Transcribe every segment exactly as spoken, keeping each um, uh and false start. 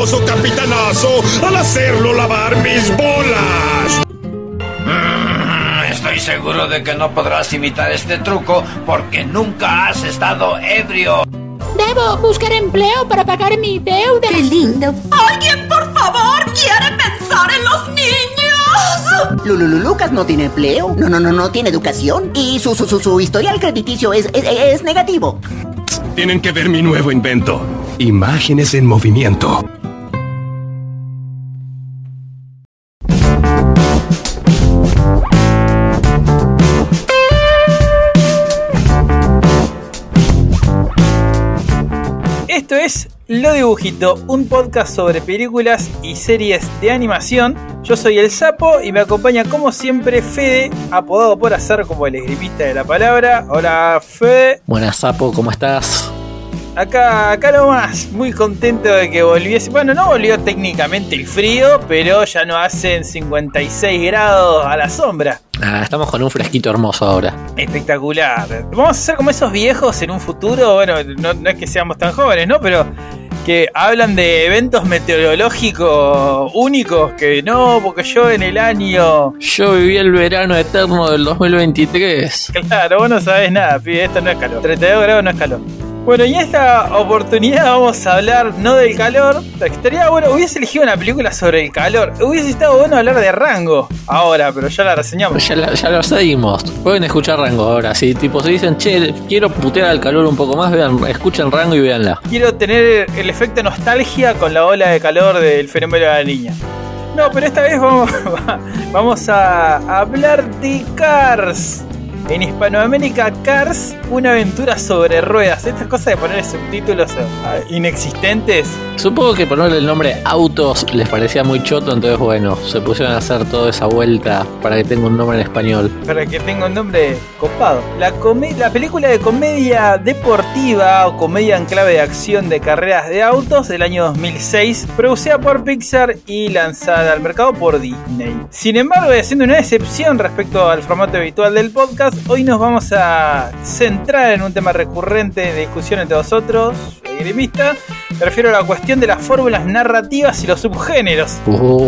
famoso capitanazo al hacerlo lavar mis bolas. Mm, estoy seguro de que no podrás imitar este truco porque nunca has estado ebrio. Debo buscar empleo para pagar mi deuda. ¡Qué lindo! ¡Alguien, por favor, quiere pensar en los niños! Lulu Lucas no tiene empleo, no, no, no, no tiene educación y su, su, su, su historial crediticio es, es, es negativo. Tienen que ver mi nuevo invento. Imágenes en movimiento. Esto es Lo Dibujito, un podcast sobre películas y series de animación. Yo soy el Sapo y me acompaña como siempre Fede, apodado por hacer como el esgrimista de la palabra. Hola Fede. Buenas Sapo, ¿cómo estás? Acá, acá nomás, muy contento de que volviese. Bueno, no volvió técnicamente el frío, pero ya no hacen cincuenta y seis grados a la sombra. Ah, estamos con un fresquito hermoso ahora. Espectacular. Vamos a ser como esos viejos en un futuro. Bueno, no, no es que seamos tan jóvenes, ¿no? Pero que hablan de eventos meteorológicos únicos. Que no, porque yo en el año... Yo viví el verano eterno del dos mil veintitrés. Claro, vos no sabés nada, pibe, esto no es calor. treinta y dos grados no es calor. Bueno, y en esta oportunidad vamos a hablar no del calor. Estaría bueno, hubiese elegido una película sobre el calor. Hubiese estado bueno hablar de Rango ahora, pero ya la reseñamos. Ya, la, ya lo seguimos. Pueden escuchar Rango ahora. Si tipo se dicen, che, quiero putear al calor un poco más, vean, escuchen Rango y véanla. Quiero tener el efecto nostalgia con la ola de calor del fenómeno de la niña. No, pero esta vez vamos, vamos a hablar de Cars. En Hispanoamérica, Cars, una aventura sobre ruedas. Estas cosas de poner subtítulos inexistentes. Supongo que ponerle el nombre Autos les parecía muy choto, entonces bueno, se pusieron a hacer toda esa vuelta para que tenga un nombre en español. Para que tenga un nombre copado. La, come- la película de comedia deportiva o comedia en clave de acción de carreras de autos del año dos mil seis, producida por Pixar y lanzada al mercado por Disney. Sin embargo, y haciendo una excepción respecto al formato habitual del podcast, hoy nos vamos a centrar en un tema recurrente de discusión entre nosotros, esgrimista. Me refiero a la cuestión de las fórmulas narrativas y los subgéneros.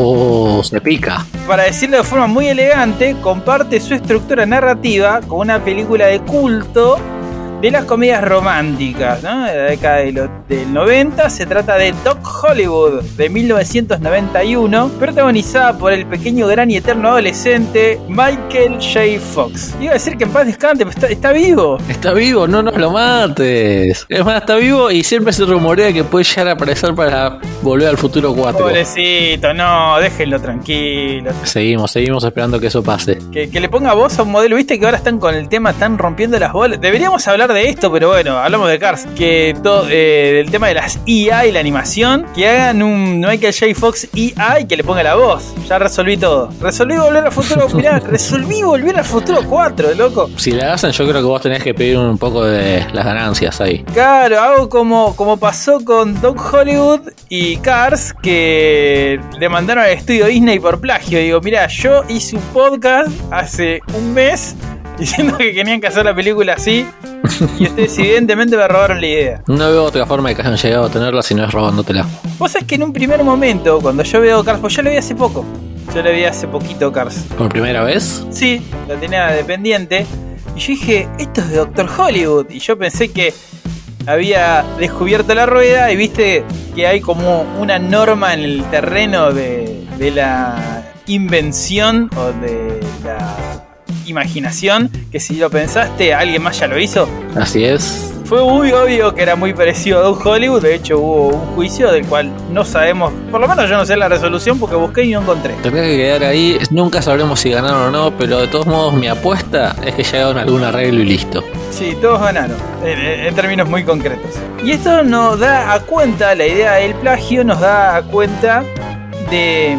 Uh, se pica. Para decirlo de forma muy elegante, comparte su estructura narrativa con una película de culto de las comedias románticas, ¿no? De la década de lo, del noventa. Se trata de Doc Hollywood de mil novecientos noventa y uno, protagonizada por el pequeño, gran y eterno adolescente Michael J. Fox. Iba a decir que en paz descanse, pero está, está vivo. Está vivo, no nos lo mates. Es más, está vivo y siempre se rumorea que puede llegar a aparecer para Volver al Futuro cuatro. Pobrecito, no, déjenlo tranquilo. Seguimos, seguimos esperando que eso pase. Que, que le ponga voz a un modelo, viste que ahora están con el tema, están rompiendo las bolas. Deberíamos hablar de esto, pero bueno, hablamos de Cars. Que todo, eh, del tema de las I A y la animación, que hagan un Michael J. Fox I A y que le ponga la voz. Ya resolví todo. Resolví Volver al Futuro. Mirá, resolví Volver al Futuro cuatro, loco. Si la hacen, yo creo que vos tenés que pedir un poco de las ganancias ahí. Claro, hago como, como pasó con Doc Hollywood y Cars, que demandaron al estudio Disney por plagio. Digo, mirá, yo hice un podcast hace un mes diciendo que querían que hacer la película así, y ustedes evidentemente me robaron la idea. No veo otra forma de que hayan llegado a tenerla si no es robándotela. Vos sabés que en un primer momento, cuando yo veo Cars, pues yo la vi hace poco, yo la vi hace poquito Cars. ¿Por primera vez? Sí, la tenía dependiente, y yo dije, esto es de Doctor Hollywood, y yo pensé que había descubierto la rueda, y viste que hay como una norma en el terreno de, de la invención o de la imaginación, que si lo pensaste alguien más ya lo hizo. Así es. Fue muy obvio que era muy parecido a Doc Hollywood. De hecho hubo un juicio del cual no sabemos, por lo menos yo no sé la resolución porque busqué y no encontré. Tendría que quedar ahí, nunca sabremos si ganaron o no, pero de todos modos mi apuesta es que llegaron a algún arreglo y listo. Sí, todos ganaron, en, en términos muy concretos. Y esto nos da a cuenta, la idea del plagio nos da a cuenta de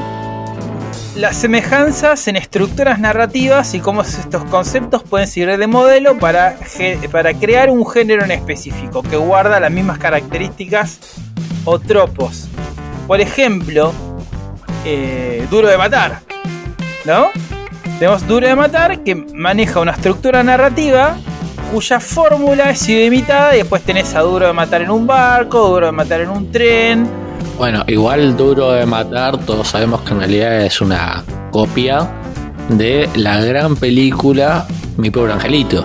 las semejanzas en estructuras narrativas y cómo estos conceptos pueden servir de modelo para, para crear un género en específico que guarda las mismas características o tropos. Por ejemplo, eh, Duro de Matar, ¿no? Tenemos Duro de Matar, que maneja una estructura narrativa cuya fórmula es imitada, y después tenés a Duro de Matar en un barco, Duro de Matar en un tren, Bueno, igual Duro de Matar, todos sabemos que en realidad es una copia de la gran película Mi Pobre Angelito.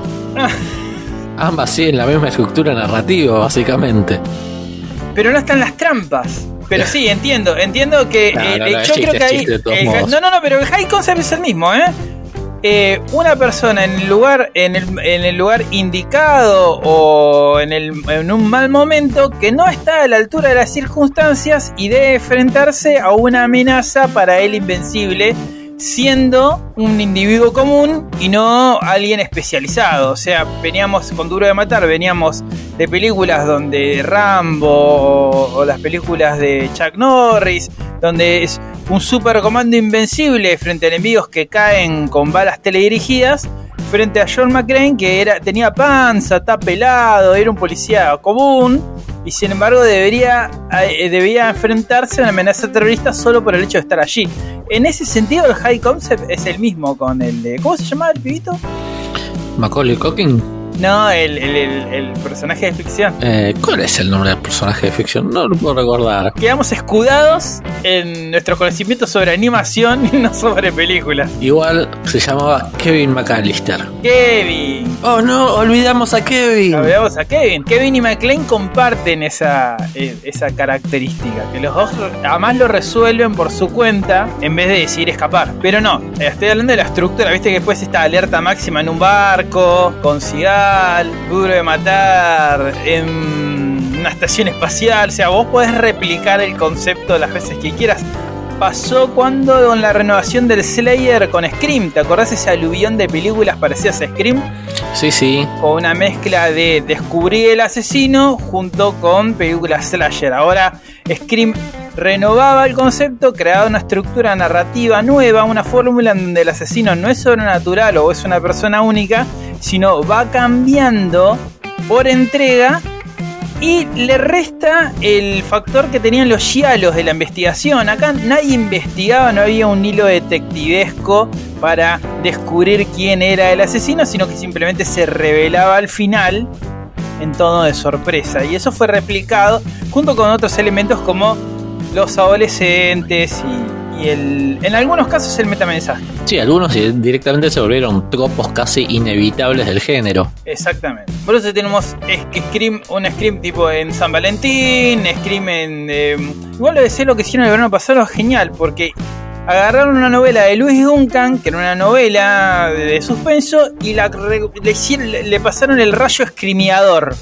Ambas siguen la misma estructura narrativa, básicamente. Pero no están las trampas. Pero sí, entiendo, entiendo que No, eh, no, eh, no, es yo chiste, creo que es ahí. chiste, de todos eh, modos. no, no, no, pero el high concept es el mismo, ¿eh? Eh, una persona en el lugar en el, en el lugar indicado o en, el, en un mal momento que no está a la altura de las circunstancias y debe enfrentarse a una amenaza para él invencible, siendo un individuo común y no alguien especializado. O sea, veníamos con Duro de Matar, veníamos de películas donde Rambo o, o las películas de Chuck Norris, donde es un supercomando invencible frente a enemigos que caen con balas teledirigidas, frente a John McClane, que era, tenía panza, está pelado, era un policía común y sin embargo debería, eh, debía enfrentarse a una amenaza terrorista solo por el hecho de estar allí. En ese sentido el high concept es el mismo con el de... ¿Cómo se llamaba el pibito? Macaulay Culkin. No, el, el, el, el personaje de ficción. Eh, ¿Cuál es el nombre del personaje de ficción? No lo puedo recordar. Quedamos escudados en nuestros conocimientos sobre animación y no sobre películas. Igual se llamaba Kevin McAllister. Kevin. Oh no, olvidamos a Kevin. Olvidamos a Kevin. Kevin y McClane comparten esa, eh, esa característica. Que los dos además lo resuelven por su cuenta en vez de decidir escapar. Pero no, estoy hablando de la estructura. Viste que después está alerta máxima en un barco, con cigarros, Duro de Matar en una estación espacial. O sea, vos podés replicar el concepto las veces que quieras. Pasó cuando con la renovación del Slayer con Scream. ¿Te acordás ese aluvión de películas parecidas a Scream? Sí, sí. Con una mezcla de descubrir el asesino junto con películas slasher. Ahora Scream renovaba el concepto, creaba una estructura narrativa nueva, una fórmula en donde el asesino no es sobrenatural o es una persona única, sino va cambiando por entrega y le resta el factor que tenían los giallos de la investigación. Acá nadie investigaba, no había un hilo detectivesco para descubrir quién era el asesino, sino que simplemente se revelaba al final en tono de sorpresa. Y eso fue replicado junto con otros elementos como los adolescentes y, y el, en algunos casos el metamensaje. Sí, algunos directamente se volvieron tropos casi inevitables del género. Exactamente. Por eso tenemos Scream, un Scream tipo en San Valentín, Scream en... Eh, igual lo de lo que hicieron el verano pasado, genial, porque agarraron una novela de Louis Duncan, que era una novela de suspenso, y la, le, hicieron, le pasaron el rayo escrimiador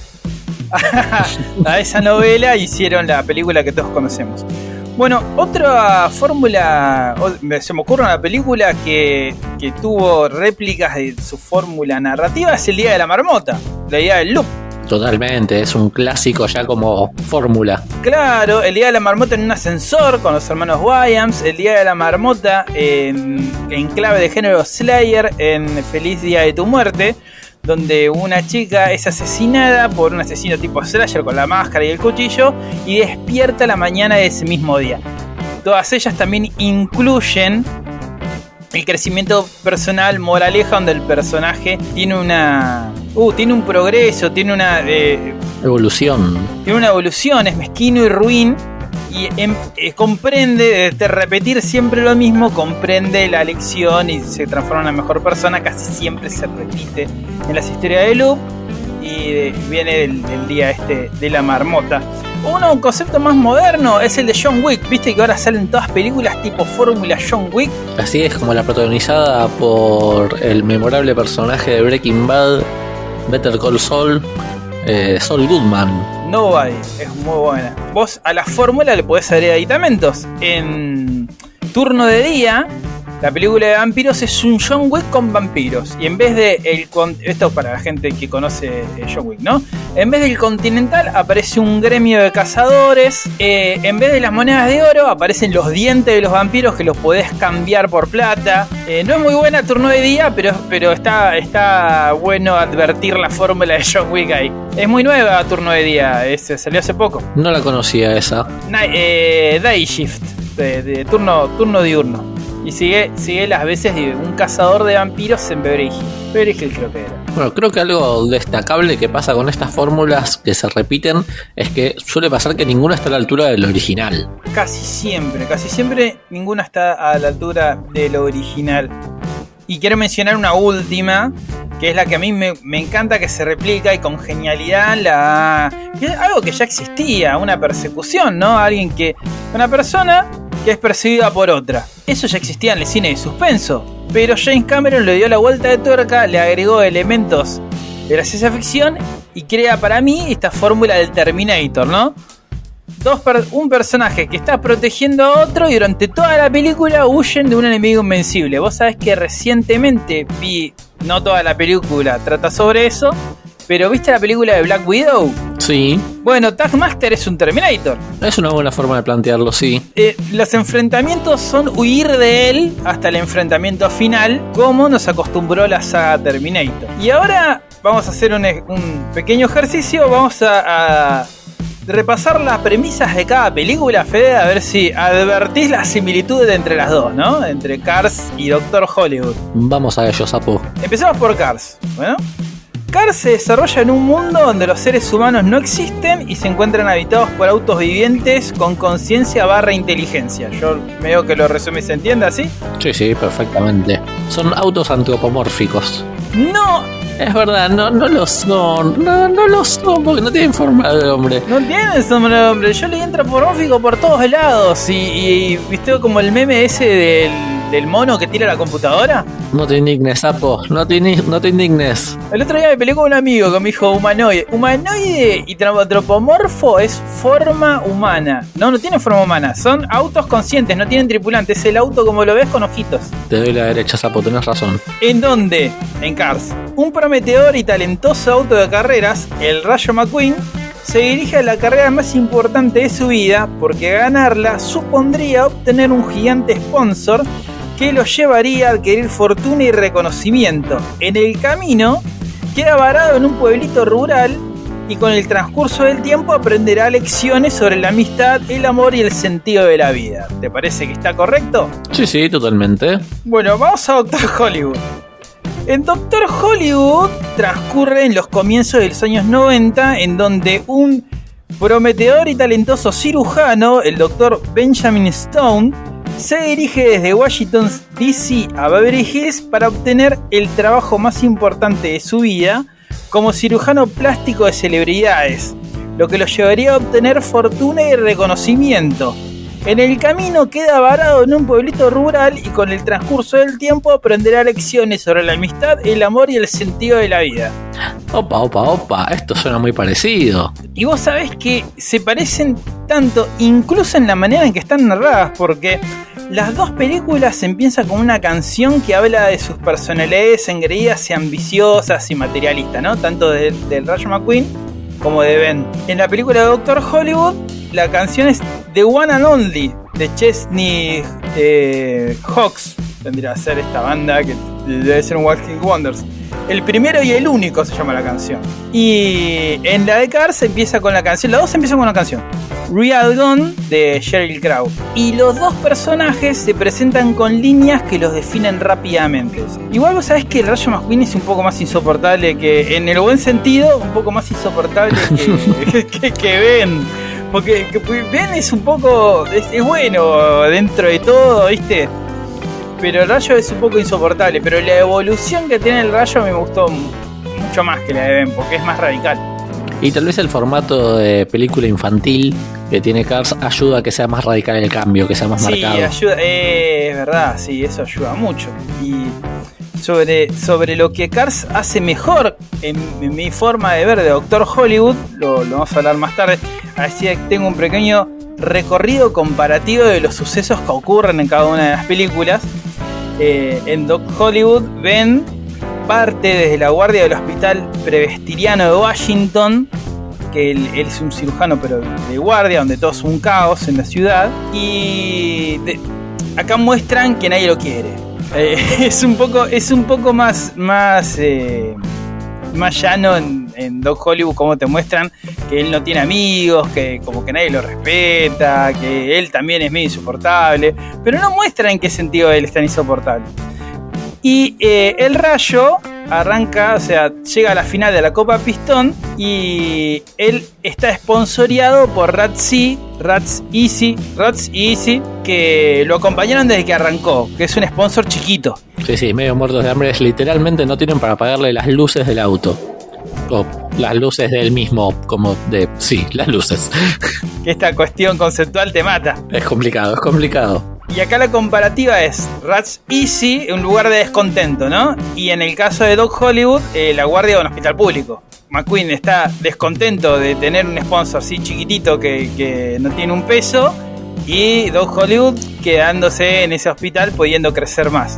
a esa novela y hicieron la película que todos conocemos. Bueno, otra fórmula, se me ocurre una película que, que tuvo réplicas de su fórmula narrativa, es El Día de la Marmota, la idea del loop. Totalmente, es un clásico ya como fórmula. Claro, El Día de la Marmota en un ascensor con los hermanos Wayans, El Día de la Marmota en, en clave de género Slayer en Feliz Día de tu Muerte, donde una chica es asesinada por un asesino tipo slasher con la máscara y el cuchillo y despierta la mañana de ese mismo día. Todas ellas también incluyen el crecimiento personal, moraleja, donde el personaje tiene una... Uh, tiene un progreso, tiene una... Eh, evolución. Tiene una evolución, es mezquino y ruin. Y em, eh, comprende, de repetir siempre lo mismo, comprende la lección y se transforma en una mejor persona. Casi siempre se repite en las historias de Loop. Y de, viene del, del día este de la marmota. Uno, un concepto más moderno es el de John Wick. Viste que ahora salen todas películas tipo fórmula John Wick. Así es, como la protagonizada por el memorable personaje de Breaking Bad, Better Call Saul, eh, Saul Goodman. Nobody, es muy buena. Vos a la fórmula le podés agregar aditamentos. En Turno de Día, la película de vampiros es un John Wick con vampiros. Y en vez de el... Esto para la gente que conoce John Wick, ¿no? En vez del Continental aparece un gremio de cazadores. Eh, en vez de las monedas de oro aparecen los dientes de los vampiros que los podés cambiar por plata. Eh, no es muy buena Turno de Día, pero, pero está, está bueno advertir la fórmula de John Wick ahí. Es muy nueva Turno de Día, es, salió hace poco. No la conocía esa. Night, eh, Day Shift, de, de turno, turno diurno. Y sigue, sigue las veces de un cazador de vampiros en Beverly Hills. Beverly Hills creo que era. Bueno, creo que algo destacable que pasa con estas fórmulas que se repiten es que suele pasar que ninguna está a la altura del original. Casi siempre, casi siempre ninguna está a la altura del original. Y quiero mencionar una última, que es la que a mí me, me encanta, que se replica y con genialidad la... que es algo que ya existía, una persecución, ¿no? Alguien que... Una persona que es perseguida por otra. Eso ya existía en el cine de suspenso. Pero James Cameron le dio la vuelta de tuerca, le agregó elementos de la ciencia ficción y crea para mí esta fórmula del Terminator, ¿no? Dos per- un personaje que está protegiendo a otro y durante toda la película huyen de un enemigo invencible. Vos sabés que recientemente vi, no toda la película trata sobre eso, pero ¿viste la película de Black Widow? Sí. Bueno, Taskmaster es un Terminator. Es una buena forma de plantearlo, sí. Eh, los enfrentamientos son huir de él hasta el enfrentamiento final, como nos acostumbró la saga Terminator. Y ahora vamos a hacer un, un pequeño ejercicio, vamos a... a repasar las premisas de cada película, Fede, a ver si advertís las similitudes entre las dos, ¿no? Entre Cars y Doctor Hollywood. Vamos a ello, sapo. Empezamos por Cars. Bueno, Cars se desarrolla en un mundo donde los seres humanos no existen y se encuentran habitados por autos vivientes con conciencia barra inteligencia. Yo veo que lo resume y se entiende así. Sí, sí, perfectamente. Son autos antropomórficos. No. Es verdad, no, no lo son, no, no lo son, porque no tienen forma de hombre. No tienen forma de hombre, yo leí antropomórfico por todos lados y, y viste como el meme ese del, del mono que tira la computadora. No te indignes, sapo, no te, no te indignes. El otro día me peleé con un amigo que me dijo humanoide. Humanoide y antropomorfo es forma humana. No, no tiene forma humana, son autos conscientes, no tienen tripulantes, es el auto como lo ves con ojitos. Te doy la derecha, sapo, tenés razón. ¿En dónde? En Cars. Un prometedor y talentoso auto de carreras, el Rayo McQueen, se dirige a la carrera más importante de su vida porque ganarla supondría obtener un gigante sponsor que lo llevaría a adquirir fortuna y reconocimiento. En el camino, queda varado en un pueblito rural y con el transcurso del tiempo aprenderá lecciones sobre la amistad, el amor y el sentido de la vida. ¿Te parece que está correcto? Sí, sí, totalmente. Bueno, vamos a Doctor Hollywood. En Doctor Hollywood transcurre en los comienzos de los años noventa, en donde un prometedor y talentoso cirujano, el doctor Benjamin Stone, se dirige desde Washington D C a Beverly Hills para obtener el trabajo más importante de su vida como cirujano plástico de celebridades, lo que lo llevaría a obtener fortuna y reconocimiento. En el camino queda varado en un pueblito rural y con el transcurso del tiempo aprenderá lecciones sobre la amistad, el amor y el sentido de la vida. Opa, opa, opa, esto suena muy parecido. Y vos sabés que se parecen tanto, incluso en la manera en que están narradas, porque las dos películas empiezan con una canción que habla de sus personalidades engreídas y ambiciosas y materialistas, ¿no? Tanto de, del Rayo McQueen como de Ben. En la película de Doctor Hollywood, la canción es The One and Only, de Chesney eh, Hawks. Tendría que ser esta banda que debe ser un Walking Wonders. El primero y el único se llama la canción. Y en la de Cars empieza con la canción. Las dos empiezan con la canción Real Gone de Sheryl Crow. Y los dos personajes se presentan con líneas que los definen rápidamente. Igual vos sabés que el Rayo McQueen es un poco más insoportable que, en el buen sentido, un poco más insoportable que, que, que Ben. Porque que Ben es un poco... Es, es bueno dentro de todo, ¿viste? Pero el Rayo es un poco insoportable. Pero la evolución que tiene el Rayo me gustó mucho más que la de Ben, porque es más radical. Y tal vez el formato de película infantil que tiene Cars ayuda a que sea más radical el cambio, que sea más sí, marcado. Sí, ayuda, eh, es verdad, sí, eso ayuda mucho. Y sobre, sobre lo que Cars hace mejor, en, en mi forma de ver de Doctor Hollywood, lo, lo vamos a hablar más tarde, así que tengo un pequeño recorrido comparativo de los sucesos que ocurren en cada una de las películas. Eh, en Doctor Hollywood, Ben parte desde la guardia del hospital presbiteriano de Washington, que él, él es un cirujano pero de guardia, donde todo es un caos en la ciudad, y de, acá muestran que nadie lo quiere. Eh, es un poco, es un poco más, más, eh, más llano en, en Doc Hollywood, como te muestran que él no tiene amigos, que como que nadie lo respeta, que él también es medio insoportable, pero no muestran en qué sentido él es tan insoportable. Y eh, el Rayo arranca, o sea, llega a la final de la Copa Pistón y él está sponsoreado por Ratzi, Rats Easy, Rats Easy, que lo acompañaron desde que arrancó, que es un sponsor chiquito. Sí, sí, medio muertos de hambre, literalmente no tienen para pagarle las luces del auto. O las luces del mismo, como de... Sí, las luces. Que esta cuestión conceptual te mata. Es complicado, es complicado. Y acá la comparativa es Rats Easy, un lugar de descontento, ¿no? Y en el caso de Doc Hollywood, eh, la guardia de un hospital público. McQueen está descontento de tener un sponsor así chiquitito que, que no tiene un peso, y Doc Hollywood quedándose en ese hospital pudiendo crecer más.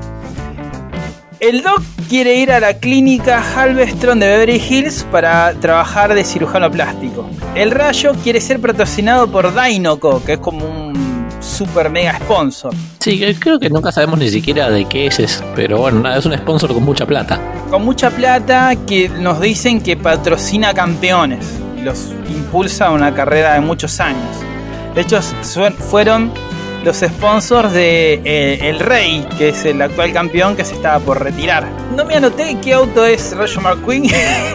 El Doc quiere ir a la clínica Halvestron de Beverly Hills para trabajar de cirujano plástico. El Rayo quiere ser patrocinado por Dynoco, que es como un super mega sponsor. Sí, creo que nunca sabemos ni siquiera de qué es eso, pero bueno, nada, es un sponsor con mucha plata. Con mucha plata que nos dicen que patrocina campeones, los impulsa a una carrera de muchos años. De hecho, fueron los sponsors de eh, El Rey, que es el actual campeón que se estaba por retirar. No me anoté qué auto es Rayo McQueen.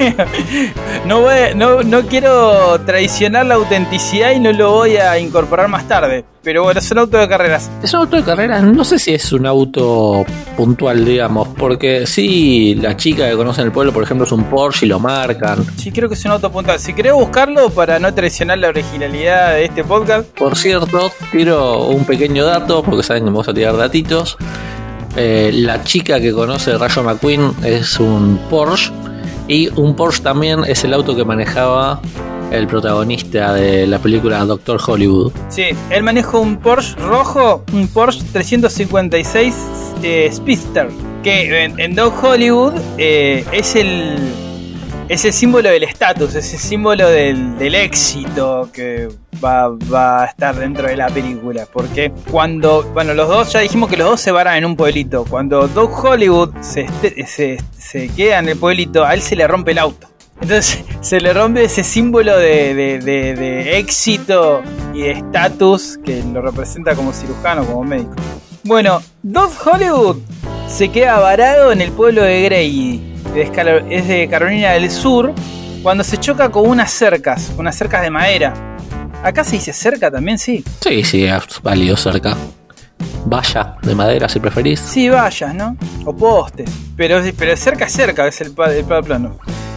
no, voy, no, no quiero traicionar la autenticidad y no lo voy a incorporar más tarde. Pero bueno, es un auto de carreras. Es un auto de carreras, no sé si es un auto puntual, digamos, porque sí, la chica que conoce en el pueblo, por ejemplo, es un Porsche y lo marcan. Sí, creo que es un auto puntual. Si querés buscarlo para no traicionar la originalidad de este podcast. Por cierto, tiro un pequeño dato, porque saben que me gusta tirar datitos. Eh, la chica que conoce Rayo McQueen es un Porsche, y un Porsche también es el auto que manejaba el protagonista de la película Doctor Hollywood. Sí, él maneja un Porsche rojo, un Porsche trescientos cincuenta y seis eh, Speedster, que en, en Doc Hollywood eh, es el es el símbolo del estatus, es el símbolo del, del éxito que va, va a estar dentro de la película. Porque cuando, bueno, los dos, ya dijimos que los dos se varan en un pueblito. Cuando Doc Hollywood se, se, se queda en el pueblito, a él se le rompe el auto. Entonces se le rompe ese símbolo de, de, de, de éxito y de estatus que lo representa como cirujano, como médico. Bueno, Doc Hollywood se queda varado en el pueblo de Grady, es de Carolina del Sur, cuando se choca con unas cercas, unas cercas de madera. Acá se dice cerca también, sí. Sí, sí, es válido, cerca. Valla de madera, si preferís. Sí, vallas, ¿no? O postes. Pero, pero cerca es cerca, es el, el plano.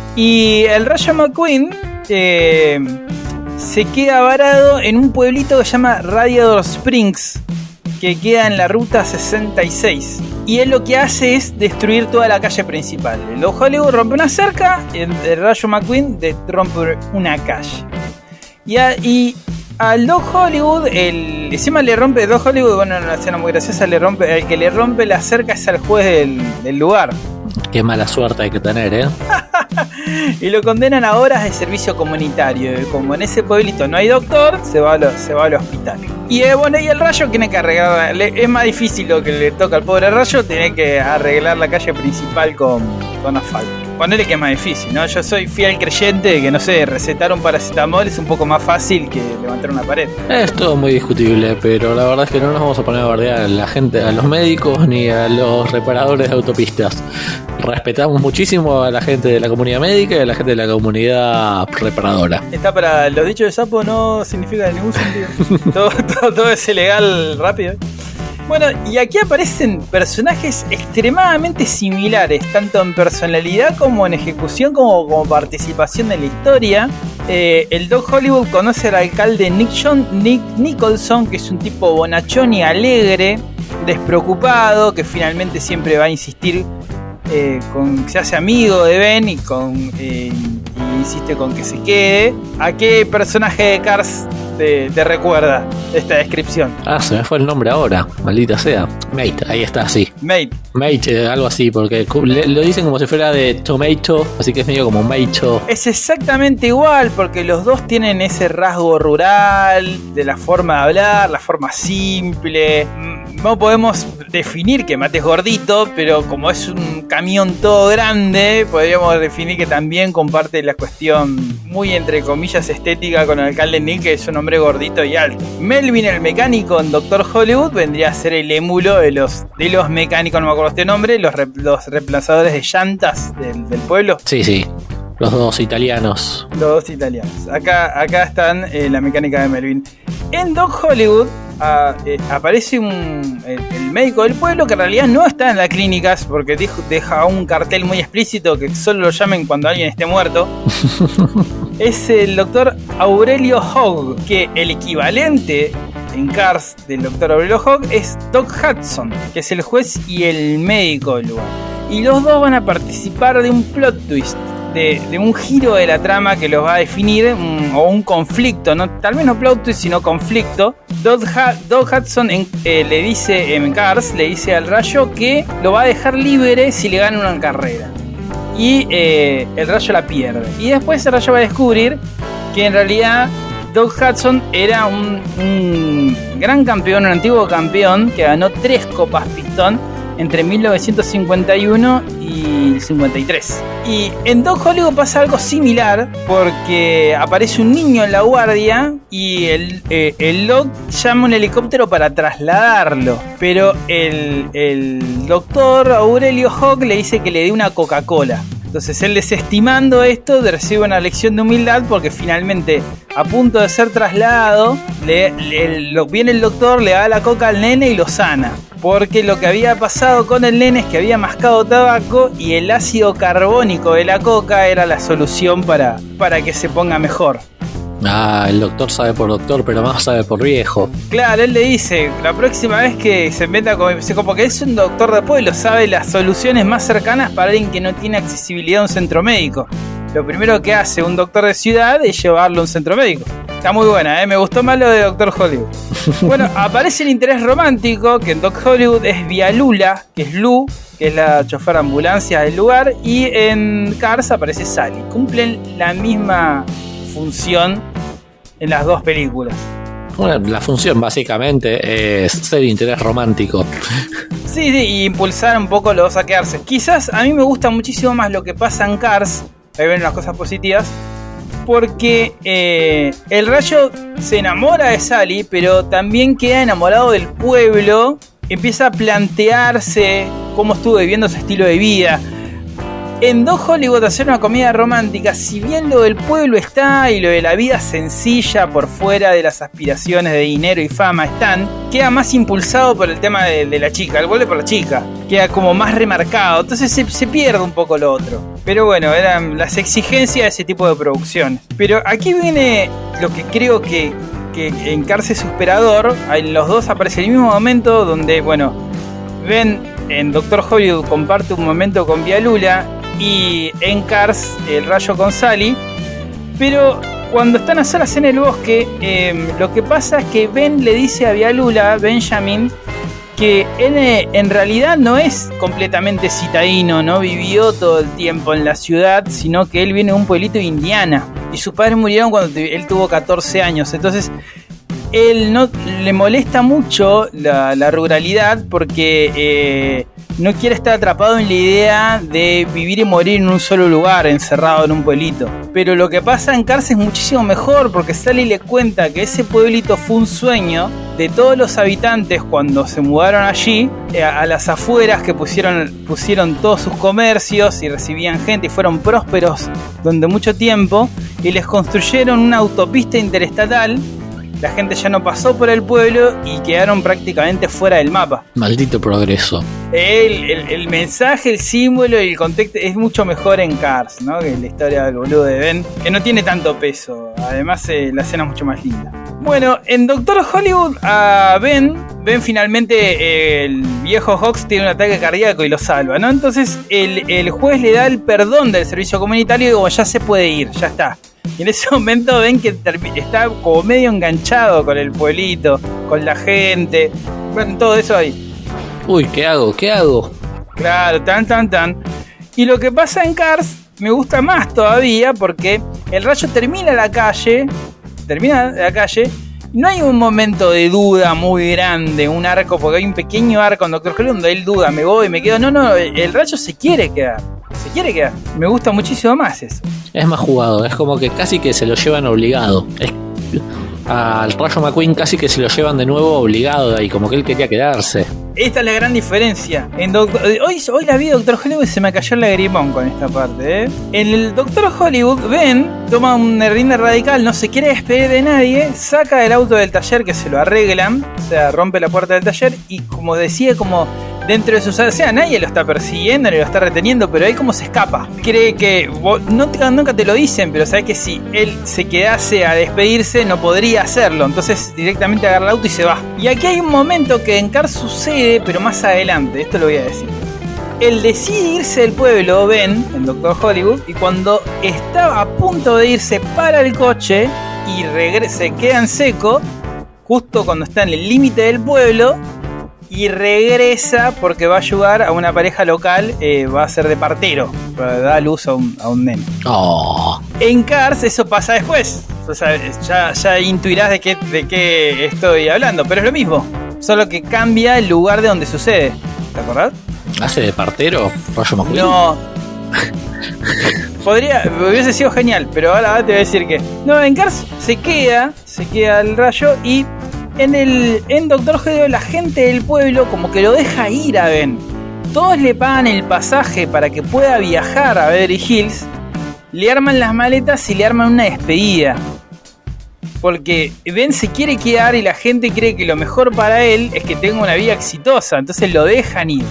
Y el Rayo McQueen eh, se queda varado en un pueblito que se llama Radiator Springs, que queda en la ruta sesenta y seis. Y él lo que hace es destruir toda la calle principal. El Doc Hollywood rompe una cerca y el, el Rayo McQueen rompe una calle. Y, a, y al Doc Hollywood, el, encima le rompe, Doc Hollywood, bueno, una escena muy graciosa, le rompe, el que le rompe la cerca es al juez del, del lugar. Qué mala suerte hay que tener, ¿eh? Y lo condenan a horas de servicio comunitario. Y como en ese pueblito no hay doctor, se va, lo, se va al hospital. Y eh, bueno, y el Rayo tiene que arreglar. Le, es más difícil lo que le toca al pobre Rayo. Tiene que arreglar la calle principal con, con asfalto. Ponele que es más difícil, ¿no? Yo soy fiel creyente de que, no sé, recetar un paracetamol es un poco más fácil que levantar una pared. Es todo muy discutible, pero la verdad es que no nos vamos a poner a bardear a la gente, a los médicos ni a los reparadores de autopistas. Respetamos muchísimo a la gente de la comunidad médica y a la gente de la comunidad reparadora. Está para los dichos de sapo, no significa en ningún sentido. todo, todo, todo es ilegal rápido. Bueno, y aquí aparecen personajes extremadamente similares, tanto en personalidad como en ejecución, como, como participación en la historia. Eh, el Doc Hollywood conoce al alcalde Nick, John, Nick Nicholson, que es un tipo bonachón y alegre, despreocupado, que finalmente siempre va a insistir, eh, con, se hace amigo de Ben y, con, eh, y insiste con que se quede. ¿A qué personaje de Cars Te, te recuerda esta descripción? Ah, se me fue el nombre ahora, maldita sea. Mate, ahí está, sí. Mate. Mate, algo así, porque le, lo dicen como si fuera de tomato, así que es medio como macho. Es exactamente igual, porque los dos tienen ese rasgo rural, de la forma de hablar, la forma simple. no podemos definir que Matt es gordito, pero como es un camión todo grande, podríamos definir que también comparte la cuestión muy entre comillas estética con el alcalde Nick, que es un hombre gordito y alto. Melvin el mecánico en Doctor Hollywood vendría a ser el émulo de los, de los mecánicos, no me acuerdo este nombre, los, re, los reemplazadores de llantas del, del pueblo. Sí, sí. Los dos italianos. Los dos italianos. Acá, acá están eh, la mecánica de Melvin. En Doc Hollywood a, eh, aparece un, el, el médico del pueblo que en realidad no está en las clínicas porque dijo, deja un cartel muy explícito que solo lo llamen cuando alguien esté muerto. Es el doctor Aurelio Hogg, que el equivalente en Cars del doctor Aurelio Hogg es Doc Hudson, que es el juez y el médico del lugar. Y los dos van a participar de un plot twist. De, de un giro de la trama que los va a definir, un, o un conflicto, ¿no? Tal vez no plot twist, sino conflicto. Doc, Doc Hudson en, eh, le dice en Cars, le dice al Rayo que lo va a dejar libre si le gana una carrera. Y eh, el Rayo la pierde. Y después el Rayo va a descubrir que en realidad Doc Hudson era un, un gran campeón, un antiguo campeón que ganó tres Copas Pistón entre mil novecientos cincuenta y uno y cincuenta y tres. Y en Doc Hollywood pasa algo similar porque aparece un niño en la guardia y el, eh, el Doc llama un helicóptero para trasladarlo, pero el, el doctor Aurelio Hogg le dice que le dé una Coca-Cola. Entonces él, desestimando esto, recibe una lección de humildad porque finalmente, a punto de ser trasladado, le, le, lo, viene el doctor, le da la coca al nene y lo sana. Porque lo que había pasado con el nene es que había mascado tabaco y el ácido carbónico de la coca era la solución para, para que se ponga mejor. Ah, el doctor sabe por doctor, pero más sabe por viejo. Claro, él le dice, la próxima vez que se meta con... Porque es un doctor de pueblo, sabe las soluciones más cercanas para alguien que no tiene accesibilidad a un centro médico. Lo primero que hace un doctor de ciudad es llevarlo a un centro médico. Está muy buena, ¿eh? Me gustó más lo de Doctor Hollywood. Bueno, aparece el interés romántico, que en Doc Hollywood es Vialula, que es Lou, que es la chofer de ambulancia del lugar, y en Cars aparece Sally. Cumplen la misma función en las dos películas. Bueno, la función básicamente es ser interés romántico. Sí, sí, y impulsar un poco los a quedarse. Quizás a mí me gusta muchísimo más lo que pasa en Cars, ahí ven las cosas positivas, porque eh, el Rayo se enamora de Sally, pero también queda enamorado del pueblo, empieza a plantearse cómo estuvo viviendo su estilo de vida. En Doc Hollywood, hacer una comedia romántica, si bien lo del pueblo está y lo de la vida sencilla por fuera de las aspiraciones de dinero y fama están, queda más impulsado por el tema de, de la chica, el vuelve por la chica, queda como más remarcado, entonces se, se pierde un poco lo otro. Pero bueno, eran las exigencias de ese tipo de producciones. Pero aquí viene lo que creo que, que en Cars es superador. En los dos aparece el mismo momento donde, bueno, ven en Doctor Hollywood comparte un momento con Vialula y en Cars el Rayo con Sally, pero cuando están a solas en el bosque, eh, lo que pasa es que Ben le dice a Vialula, Benjamin, que él en realidad no es completamente citadino, no vivió todo el tiempo en la ciudad, sino que él viene de un pueblito de Indiana y sus padres murieron cuando él tuvo catorce años, entonces él no le molesta mucho la, la ruralidad porque eh, no quiere estar atrapado en la idea de vivir y morir en un solo lugar, encerrado en un pueblito. Pero lo que pasa en Cars es muchísimo mejor porque Sally le cuenta que ese pueblito fue un sueño de todos los habitantes cuando se mudaron allí, eh, a las afueras, que pusieron, pusieron todos sus comercios y recibían gente y fueron prósperos durante mucho tiempo y les construyeron una autopista interestatal. La gente ya no pasó por el pueblo y quedaron prácticamente fuera del mapa. Maldito progreso. El, el, el mensaje, el símbolo y el contexto es mucho mejor en Cars, ¿no? Que la historia del boludo de Ben, que no tiene tanto peso. Además, eh, la escena es mucho más linda. Bueno, en Doctor Hollywood, a Ben, Ben finalmente, eh, el viejo Hawks tiene un ataque cardíaco y lo salva, ¿no? Entonces, el, el juez le da el perdón del servicio comunitario y como ya se puede ir, ya está. Y en ese momento ven que está como medio enganchado con el pueblito, con la gente, bueno, todo eso ahí. Uy, ¿qué hago? ¿Qué hago? Claro, tan, tan, tan. Y lo que pasa en Cars me gusta más todavía porque el Rayo termina la calle, termina la calle no hay un momento de duda muy grande, un arco, porque hay un pequeño arco en Doctor Hollywood donde él duda, me voy, me quedo. No, no, el Rayo se quiere quedar. Se quiere quedar. Me gusta muchísimo más eso. Es más jugado, es como que casi que se lo llevan obligado. Es, al Rayo McQueen casi que se lo llevan de nuevo obligado y como que él quería quedarse. Esta es la gran diferencia. En Doctor, hoy, hoy la vi de Doctor Hollywood y se me cayó el lagrimón con esta parte. ¿eh? En el Doctor Hollywood, Ben toma una línea radical, no se quiere despedir de nadie, saca el auto del taller que se lo arreglan, o sea, rompe la puerta del taller y como decía, como dentro de sus... O sea, nadie lo está persiguiendo ni lo está reteniendo, pero ahí como se escapa. Cree que... No te, nunca te lo dicen, pero sabes que si él se quedase a despedirse no podría hacerlo. Entonces directamente agarra el auto y se va. Y aquí hay un momento que en Cars sucede, pero más adelante. Esto lo voy a decir. Él decide irse del pueblo, Ben, en Doctor Hollywood, y cuando está a punto de irse, para el coche y regresa, se queda en seco, justo cuando está en el límite del pueblo, y regresa porque va a ayudar a una pareja local, eh, va a ser de partero, para dar luz a un, a un nene. Oh. En Cars eso pasa después, o sea, ya, ya intuirás de qué, de qué estoy hablando, pero es lo mismo, solo que cambia el lugar de donde sucede. ¿Te acordás? ¿Hace de partero? ¿Rayo McQueen? No. Podría, hubiese sido genial, pero ahora te voy a decir que... No, en Cars se queda, se queda el Rayo y... En el en Doctor Hollywood la gente del pueblo como que lo deja ir a Ben. Todos le pagan el pasaje para que pueda viajar a Beverly Hills. Le arman las maletas y le arman una despedida. Porque Ben se quiere quedar y la gente cree que lo mejor para él es que tenga una vida exitosa. Entonces lo dejan ir.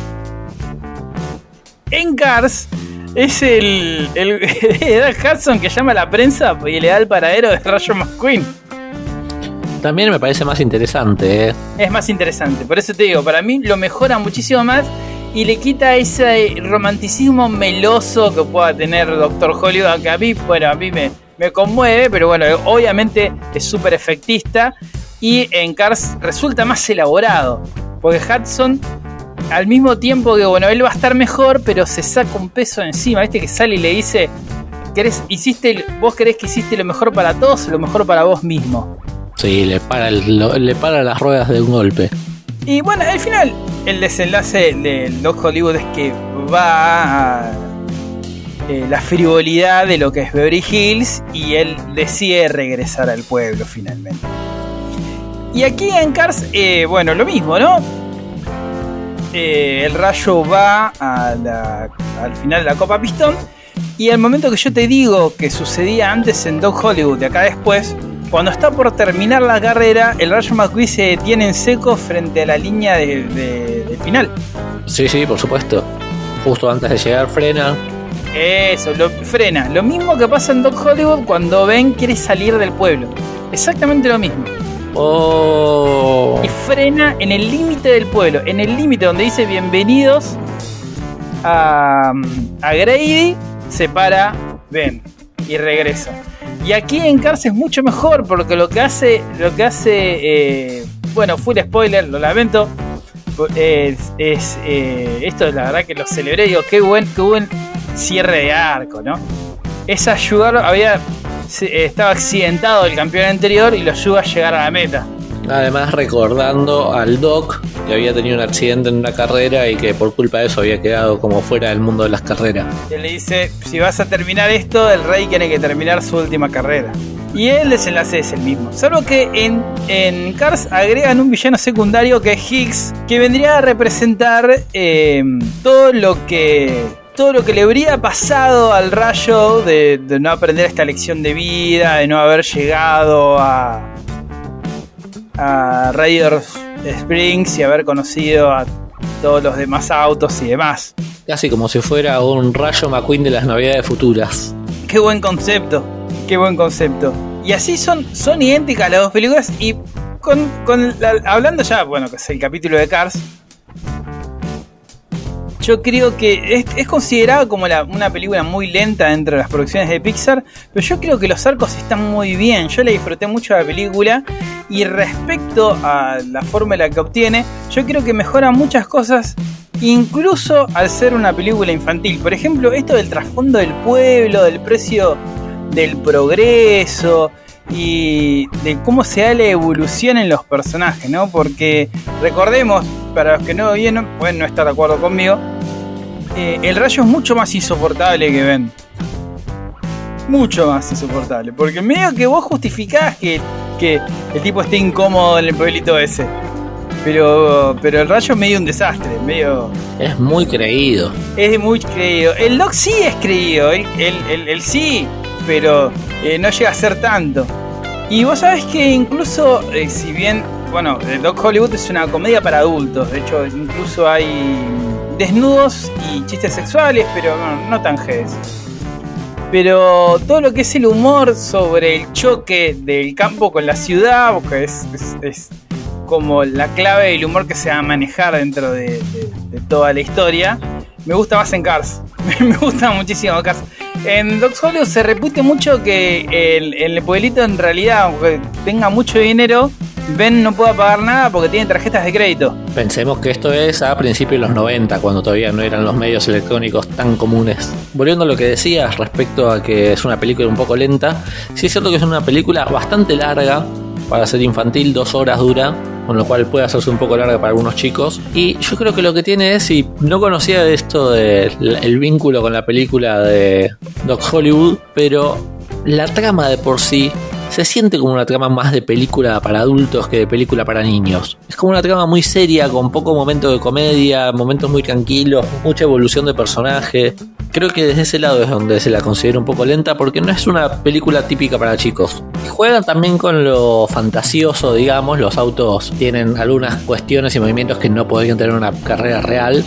En Cars es el, el, el Hudson que llama a la prensa y le da el paradero de Rayo McQueen. También me parece más interesante, ¿eh? Es más interesante, por eso te digo, para mí lo mejora muchísimo más y le quita ese romanticismo meloso que pueda tener Doctor Hollywood, aunque a mí, bueno, a mí me, me conmueve, pero bueno, obviamente es súper efectista y en Cars resulta más elaborado, porque Hudson, al mismo tiempo que, bueno, él va a estar mejor, pero se saca un peso encima, viste que sale y le dice, ¿querés, hiciste, vos querés que hiciste lo mejor para todos o lo mejor para vos mismo? Sí, le para, el, lo, le para las ruedas de un golpe. Y bueno, al final, el desenlace del Doc Hollywood es que va a eh, la frivolidad de lo que es Beverly Hills y él decide regresar al pueblo finalmente. Y aquí en Cars, eh, bueno, lo mismo, ¿no? Eh, el Rayo va a la, al final de la Copa Pistón y al momento que yo te digo que sucedía antes en Doc Hollywood y acá después, cuando está por terminar la carrera, el Rayo McQueen se detiene en seco frente a la línea de, de, de final. Sí, sí, por supuesto. Justo antes de llegar frena. Eso, lo frena. Lo mismo que pasa en Doc Hollywood cuando Ben quiere salir del pueblo. Exactamente lo mismo. Oh. Y frena en el límite del pueblo. En el límite donde dice bienvenidos a, a Grady, se para Ben y regresa. Y aquí en Cars es mucho mejor porque lo que hace, lo que hace, eh, bueno, full spoiler, lo lamento, es, es eh, esto la verdad que lo celebré, digo, qué buen, qué buen cierre de arco, ¿no? Es ayudar, había, estaba accidentado el campeón anterior y lo ayuda a llegar a la meta. Además recordando al Doc que había tenido un accidente en una carrera y que por culpa de eso había quedado como fuera del mundo de las carreras. Él le dice, si vas a terminar esto, el rey tiene que terminar su última carrera. Y el desenlace es el mismo. Salvo que en, en Cars agregan un villano secundario que es Hicks, que vendría a representar eh, todo lo que... todo lo que le habría pasado al Rayo de, de no aprender esta lección de vida, de no haber llegado a... a Radiator Springs y haber conocido a todos los demás autos y demás. Casi como si fuera un Rayo McQueen de las navidades futuras. Qué buen concepto, qué buen concepto. Y así son, son idénticas las dos películas. Y con, con la, hablando ya, bueno, que es el capítulo de Cars, yo creo que es, es considerado como la, una película muy lenta dentro de las producciones de Pixar, pero yo creo que los arcos están muy bien. Yo le disfruté mucho la película y respecto a la forma en la que obtiene, yo creo que mejora muchas cosas, incluso al ser una película infantil. Por ejemplo, esto del trasfondo del pueblo, del precio del progreso, y de cómo se da la evolución en los personajes, ¿no? Porque recordemos, para los que no vieron, pueden no estar de acuerdo conmigo, eh, el Rayo es mucho más insoportable que Ben. Mucho más insoportable. Porque medio que vos justificás que, que el tipo esté incómodo en el pueblito ese. Pero, pero el Rayo es medio un desastre, medio... Es muy creído. Es muy creído. El Doc sí es creído, él, él, él, él sí, pero eh, no llega a ser tanto. Y vos sabés que incluso, eh, si bien, bueno, el Doc Hollywood es una comedia para adultos, de hecho incluso hay desnudos y chistes sexuales, pero no, no tan Gs. Pero todo lo que es el humor sobre el choque del campo con la ciudad, porque es... es, es como la clave del humor que se va a manejar dentro de, de, de toda la historia, me gusta más en Cars. Me gusta muchísimo Cars. En Doc Hollywood se repite mucho que el, el pueblito en realidad, aunque tenga mucho dinero, Ben no puede pagar nada porque tiene tarjetas de crédito. Pensemos que esto es a principios de los noventa, cuando todavía no eran los medios electrónicos tan comunes. Volviendo a lo que decías respecto a que es una película un poco lenta, sí es cierto que es una película bastante larga para ser infantil, dos horas dura, con lo cual puede hacerse un poco larga para algunos chicos. Y yo creo que lo que tiene es, y no conocía esto del vínculo con la película de Doc Hollywood, pero la trama de por sí se siente como una trama más de película para adultos que de película para niños. Es como una trama muy seria, con poco momento de comedia, momentos muy tranquilos, mucha evolución de personaje. Creo que desde ese lado es donde se la considera un poco lenta, porque no es una película típica para chicos. Juegan también con lo fantasioso, digamos. Los autos tienen algunas cuestiones y movimientos que no podrían tener una carrera real,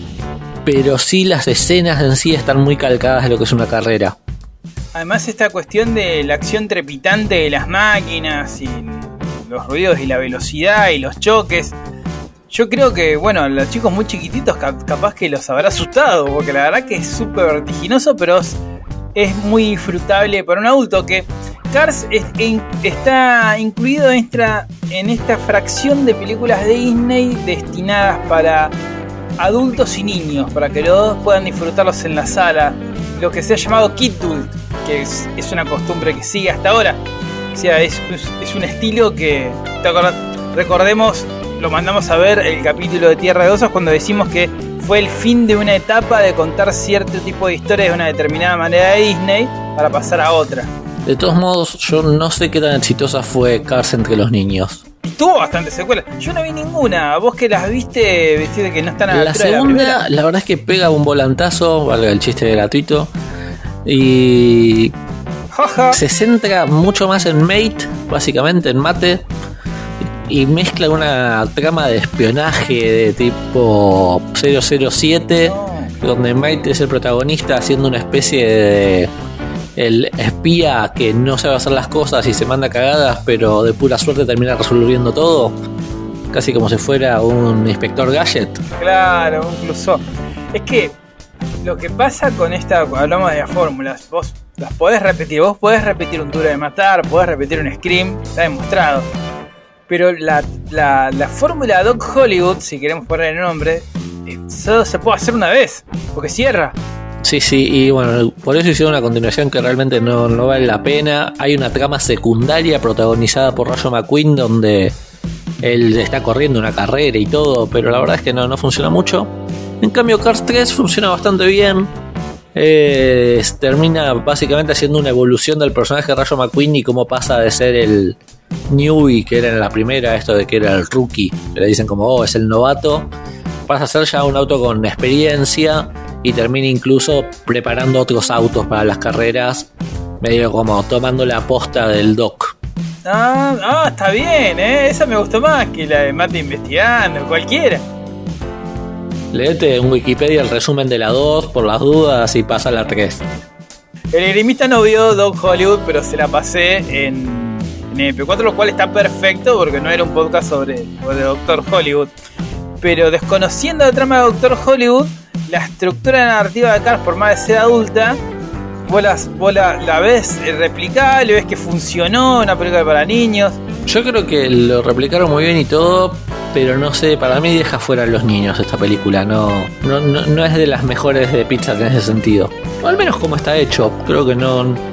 pero sí las escenas en sí están muy calcadas de lo que es una carrera. Además, esta cuestión de la acción trepitante de las máquinas y los ruidos y la velocidad y los choques, yo creo que, bueno, a los chicos muy chiquititos capaz que los habrá asustado, porque la verdad que es súper vertiginoso, pero es, es muy disfrutable para un adulto. Que Cars es, en, está incluido en esta, en esta fracción de películas de Disney destinadas para adultos y niños, para que los dos puedan disfrutarlos en la sala, lo que se ha llamado Kidult, que es, es una costumbre que sigue hasta ahora. O sea, es, es, es un estilo que, ¿te acordás? Recordemos, lo mandamos a ver el capítulo de Tierra de Osos cuando decimos que fue el fin de una etapa de contar cierto tipo de historias de una determinada manera de Disney para pasar a otra. De todos modos, yo no sé qué tan exitosa fue Cars entre los niños. Tuvo bastantes secuelas. Yo no vi ninguna. Vos que las viste, viste que no están a la La segunda, la, la verdad es que pega un volantazo, valga el chiste gratuito. Y Jaja. se centra mucho más en Mate, básicamente en Mate, y mezcla una trama de espionaje de tipo cero cero siete, no. donde Mate es el protagonista haciendo una especie de el espía que no sabe hacer las cosas y se manda cagadas, pero de pura suerte termina resolviendo todo, casi como si fuera un inspector Gadget. Claro, incluso es que lo que pasa con esta, cuando hablamos de las fórmulas, vos las podés repetir, vos podés repetir un Duro de Matar, podés repetir un Scream, está demostrado. Pero la, la, la fórmula Doc Hollywood, si queremos poner el nombre, solo se puede hacer una vez, porque cierra. Sí, sí, y bueno, por eso hicieron una continuación que realmente no, no vale la pena. Hay una trama secundaria protagonizada por Rayo McQueen donde él está corriendo una carrera y todo, pero la verdad es que no, no funciona mucho. En cambio Cars tres funciona bastante bien. Eh, termina básicamente haciendo una evolución del personaje de Rayo McQueen y cómo pasa de ser el newbie que era en la primera, esto de que era el rookie, que le dicen como, oh, es el novato, pasa a ser ya un auto con experiencia y termina incluso preparando otros autos para las carreras, medio como tomando la posta del Doc. Ah, ah, está bien, ¿eh? Esa me gustó más que la de Mate investigando, cualquiera. Léete en Wikipedia el resumen de la dos por las dudas y pasa a la tres. El Eremita no vio Doc Hollywood, pero se la pasé en, en M P cuatro, lo cual está perfecto porque no era un podcast sobre, sobre Doctor Hollywood. Pero desconociendo la trama de Doctor Hollywood, la estructura narrativa de Cars, por más de ser adulta, vos, las, vos la, la ves replicable, ves que funcionó, una película para niños. Yo creo que lo replicaron muy bien y todo, pero no sé, para mí deja fuera a los niños esta película. No, no, no, no es de las mejores de Pixar en ese sentido. O al menos como está hecho. Creo que no,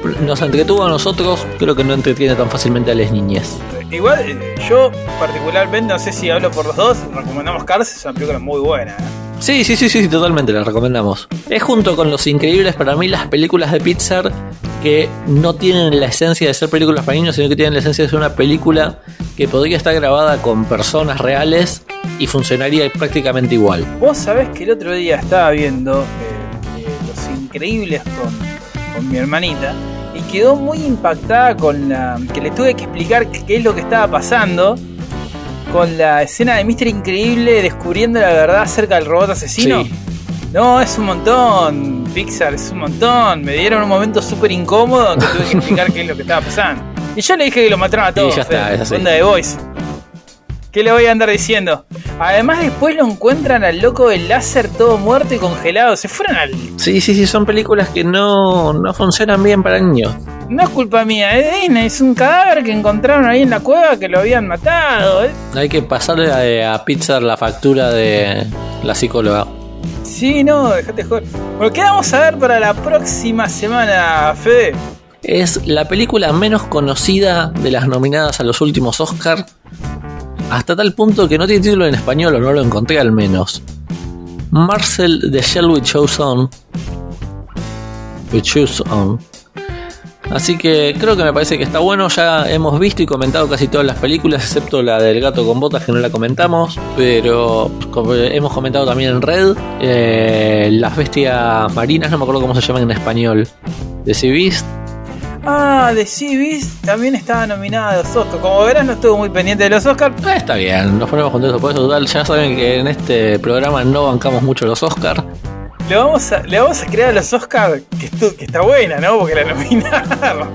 nos entretuvo a nosotros, creo que no entretiene tan fácilmente a las niñas. Igual, eh, yo particularmente, no sé si hablo por los dos, recomendamos Cars, es una película muy buena. ¿eh? Sí, sí, sí, sí, totalmente, la recomendamos. Es junto con Los Increíbles para mí las películas de Pixar que no tienen la esencia de ser películas para niños, sino que tienen la esencia de ser una película que podría estar grabada con personas reales y funcionaría prácticamente igual. Vos sabés que el otro día estaba viendo eh, eh, Los Increíbles con, con mi hermanita y quedó muy impactada con la... que le tuve que explicar qué es lo que estaba pasando con la escena de míster Increíble descubriendo la verdad acerca del robot asesino. Sí. No, es un montón, Pixar, es un montón. Me dieron un momento súper incómodo en que tuve que explicar qué es lo que estaba pasando. Y yo le dije que lo mataron a todos. Y ya está, es así. Onda de Boys. ¿Qué le voy a andar diciendo? Además después lo encuentran al loco del láser todo muerto y congelado. Se fueron al... Sí, sí, sí, son películas que no, no funcionan bien para niños. No es culpa mía, es Disney, es un cadáver que encontraron ahí en la cueva que lo habían matado. ¿eh? Hay que pasarle a, a Pixar la factura de la psicóloga. Sí, no, dejate joder. Bueno, ¿qué vamos a ver para la próxima semana, Fede? Es la película menos conocida de las nominadas a los últimos Oscar, hasta tal punto que no tiene título en español, o no lo encontré al menos. Marcel the Shell We Chose On. We Choose On. Así que creo que me parece que está bueno. Ya hemos visto y comentado casi todas las películas, excepto la del gato con botas, que no la comentamos. Pero hemos comentado también en Red eh, Las bestias marinas, no me acuerdo cómo se llaman en español. The Sea Beast. Ah, The Sea Beast también estaba nominada a los Oscars. Como verás, no estuvo muy pendiente de los Oscars. Eh, está bien, nos ponemos contentos por eso. Total, ya saben que en este programa no bancamos mucho los Oscars. Le vamos a, le vamos a crear a los Oscars que, estu, que está buena, ¿no? Porque la nominaron.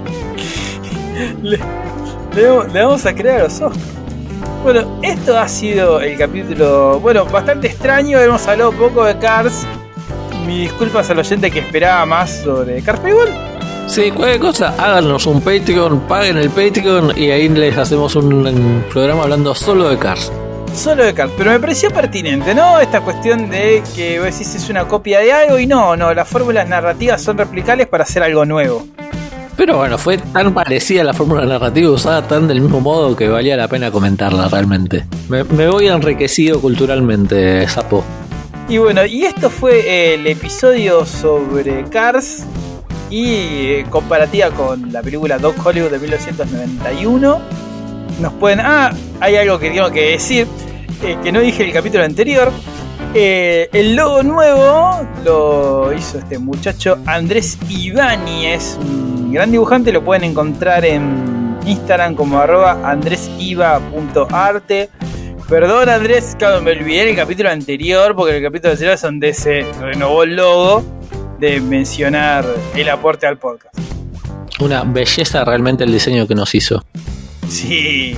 le, le, le vamos a crear a los Oscars. Bueno, esto ha sido el capítulo, bueno, bastante extraño. Hemos hablado poco de Cars. Mis disculpas al oyente que esperaba más sobre Cars, pero igual. Sí, cualquier cosa, háganos un Patreon, paguen el Patreon y ahí les hacemos un, un programa hablando solo de Cars. Solo de Cars, pero me pareció pertinente, ¿no? Esta cuestión de que vos decís es una copia de algo y no, no, las fórmulas narrativas son replicables para hacer algo nuevo. Pero bueno, fue tan parecida la fórmula narrativa, usada tan del mismo modo que valía la pena comentarla realmente. Me, me voy enriquecido culturalmente, Sapo. Y bueno, y esto fue el episodio sobre Cars y eh, comparativa con la película Doc Hollywood de mil novecientos noventa y uno. Nos pueden... Ah, hay algo que tengo que decir, eh, que no dije en el capítulo anterior. Eh, el logo nuevo lo hizo este muchacho Andrés Ibáñez, un gran dibujante. Lo pueden encontrar en Instagram como arroba andresiva punto arte. Perdón, Andrés, claro, me olvidé en el capítulo anterior, porque en el capítulo anterior es donde se renovó el logo, de mencionar el aporte al podcast. Una belleza realmente el diseño que nos hizo. Sí.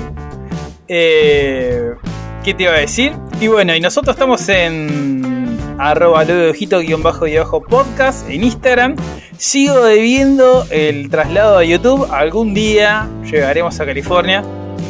Eh, ¿Qué te iba a decir? Y bueno, y nosotros estamos en arroba lodojito-podcast en Instagram. Sigo debiendo el traslado a YouTube. Algún día llegaremos a California.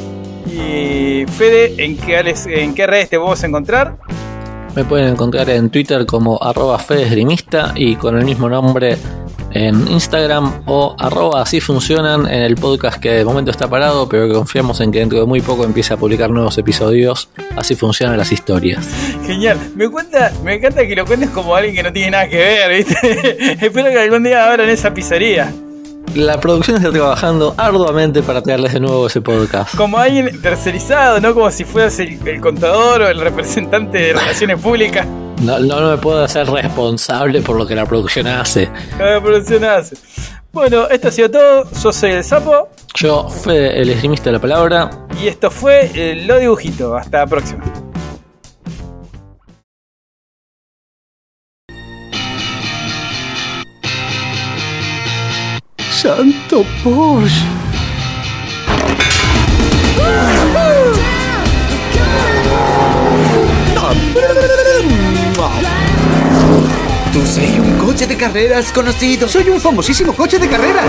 Y Fede, ¿en qué, en qué redes te podemos encontrar? Me pueden encontrar en Twitter como arroba fedesgrimista y con el mismo nombre en Instagram, o arroba así funcionan en el podcast que de momento está parado, pero que confiamos en que dentro de muy poco empiece a publicar nuevos episodios. Así funcionan las historias. Genial, me cuenta, me encanta que lo cuentes como alguien que no tiene nada que ver, ¿viste? Espero que algún día abran esa pizzería. La producción está trabajando arduamente para traerles de nuevo ese podcast. Como alguien tercerizado, no como si fueras el, el contador o el representante de relaciones públicas. No, no, no me puedo hacer responsable por lo que la producción hace. Lo que la producción hace. Bueno, esto ha sido todo. Yo soy el Sapo. Yo, Fede, el esgrimista de la palabra. Y esto fue eh, Lo Dibujito. Hasta la próxima. ¡Santo Porsche! Tú sei un coche de carreras conocido. Soy un famosísimo coche de carreras.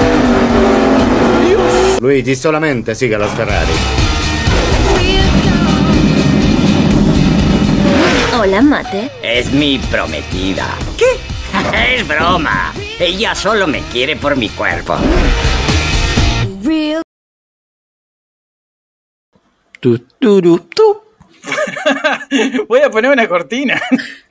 Dios. Luigi solamente siga los Ferrari. Hola, Mate. Es mi prometida. ¿Qué? Es broma. Ella solo me quiere por mi cuerpo. Tu, turu, tu. Voy a poner una cortina.